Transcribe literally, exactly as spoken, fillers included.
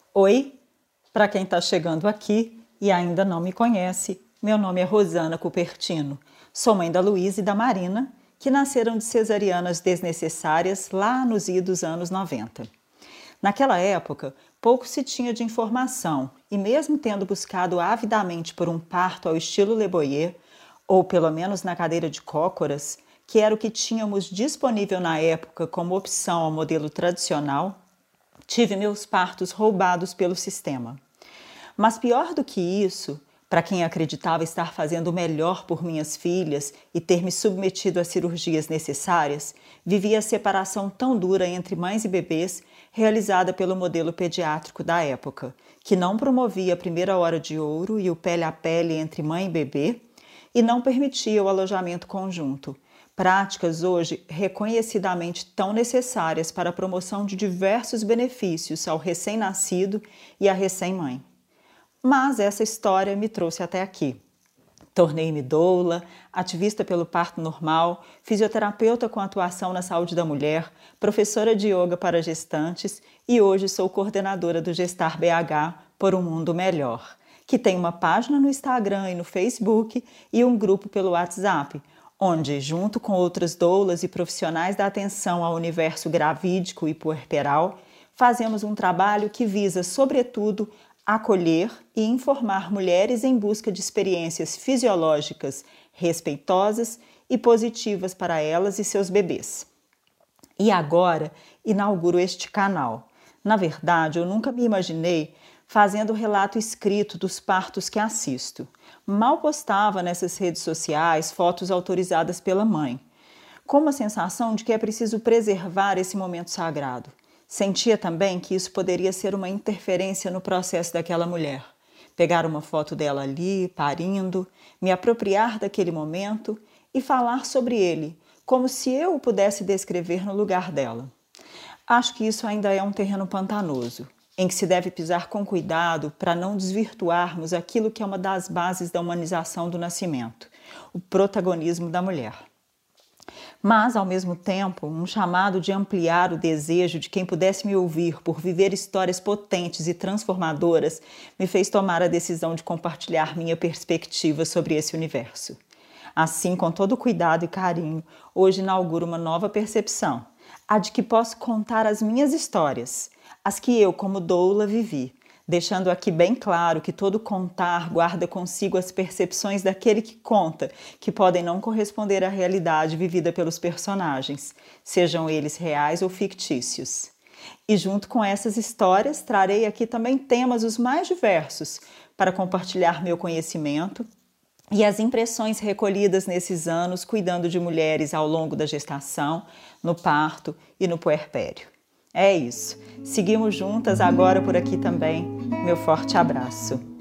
Oi, para quem está chegando aqui e ainda não me conhece, meu nome é Rosana Cupertino. Sou mãe da Luísa e da Marina, que nasceram de cesarianas desnecessárias lá nos idos anos noventa. Naquela época, pouco se tinha de informação e mesmo tendo buscado avidamente por um parto ao estilo Le Boyer, ou pelo menos na cadeira de cócoras, que era o que tínhamos disponível na época como opção ao modelo tradicional, tive meus partos roubados pelo sistema. Mas pior do que isso, para quem acreditava estar fazendo o melhor por minhas filhas e ter me submetido às cirurgias necessárias, vivia a separação tão dura entre mães e bebês realizada pelo modelo pediátrico da época, que não promovia a primeira hora de ouro e o pele a pele entre mãe e bebê e não permitia o alojamento conjunto, práticas hoje reconhecidamente tão necessárias para a promoção de diversos benefícios ao recém-nascido e à recém-mãe. Mas essa história me trouxe até aqui. Tornei-me doula, ativista pelo parto normal, fisioterapeuta com atuação na saúde da mulher, professora de yoga para gestantes e hoje sou coordenadora do Gestar B H por um Mundo Melhor, que tem uma página no Instagram e no Facebook e um grupo pelo WhatsApp, onde, junto com outras doulas e profissionais da atenção ao universo gravídico e puerperal, fazemos um trabalho que visa, sobretudo, acolher e informar mulheres em busca de experiências fisiológicas respeitosas e positivas para elas e seus bebês. E agora inauguro este canal. Na verdade, eu nunca me imaginei fazendo relato escrito dos partos que assisto. Mal postava nessas redes sociais fotos autorizadas pela mãe, com uma sensação de que é preciso preservar esse momento sagrado. Sentia também que isso poderia ser uma interferência no processo daquela mulher. Pegar uma foto dela ali, parindo, me apropriar daquele momento e falar sobre ele, como se eu o pudesse descrever no lugar dela. Acho que isso ainda é um terreno pantanoso, em que se deve pisar com cuidado para não desvirtuarmos aquilo que é uma das bases da humanização do nascimento, o protagonismo da mulher. Mas, ao mesmo tempo, um chamado de ampliar o desejo de quem pudesse me ouvir por viver histórias potentes e transformadoras me fez tomar a decisão de compartilhar minha perspectiva sobre esse universo. Assim, com todo cuidado e carinho, hoje inauguro uma nova percepção, a de que posso contar as minhas histórias, as que eu, como doula, vivi, deixando aqui bem claro que todo contar guarda consigo as percepções daquele que conta, que podem não corresponder à realidade vivida pelos personagens, sejam eles reais ou fictícios. E junto com essas histórias, trarei aqui também temas os mais diversos para compartilhar meu conhecimento e as impressões recolhidas nesses anos cuidando de mulheres ao longo da gestação, no parto e no puerpério. É isso. Seguimos juntas agora por aqui também. Meu forte abraço.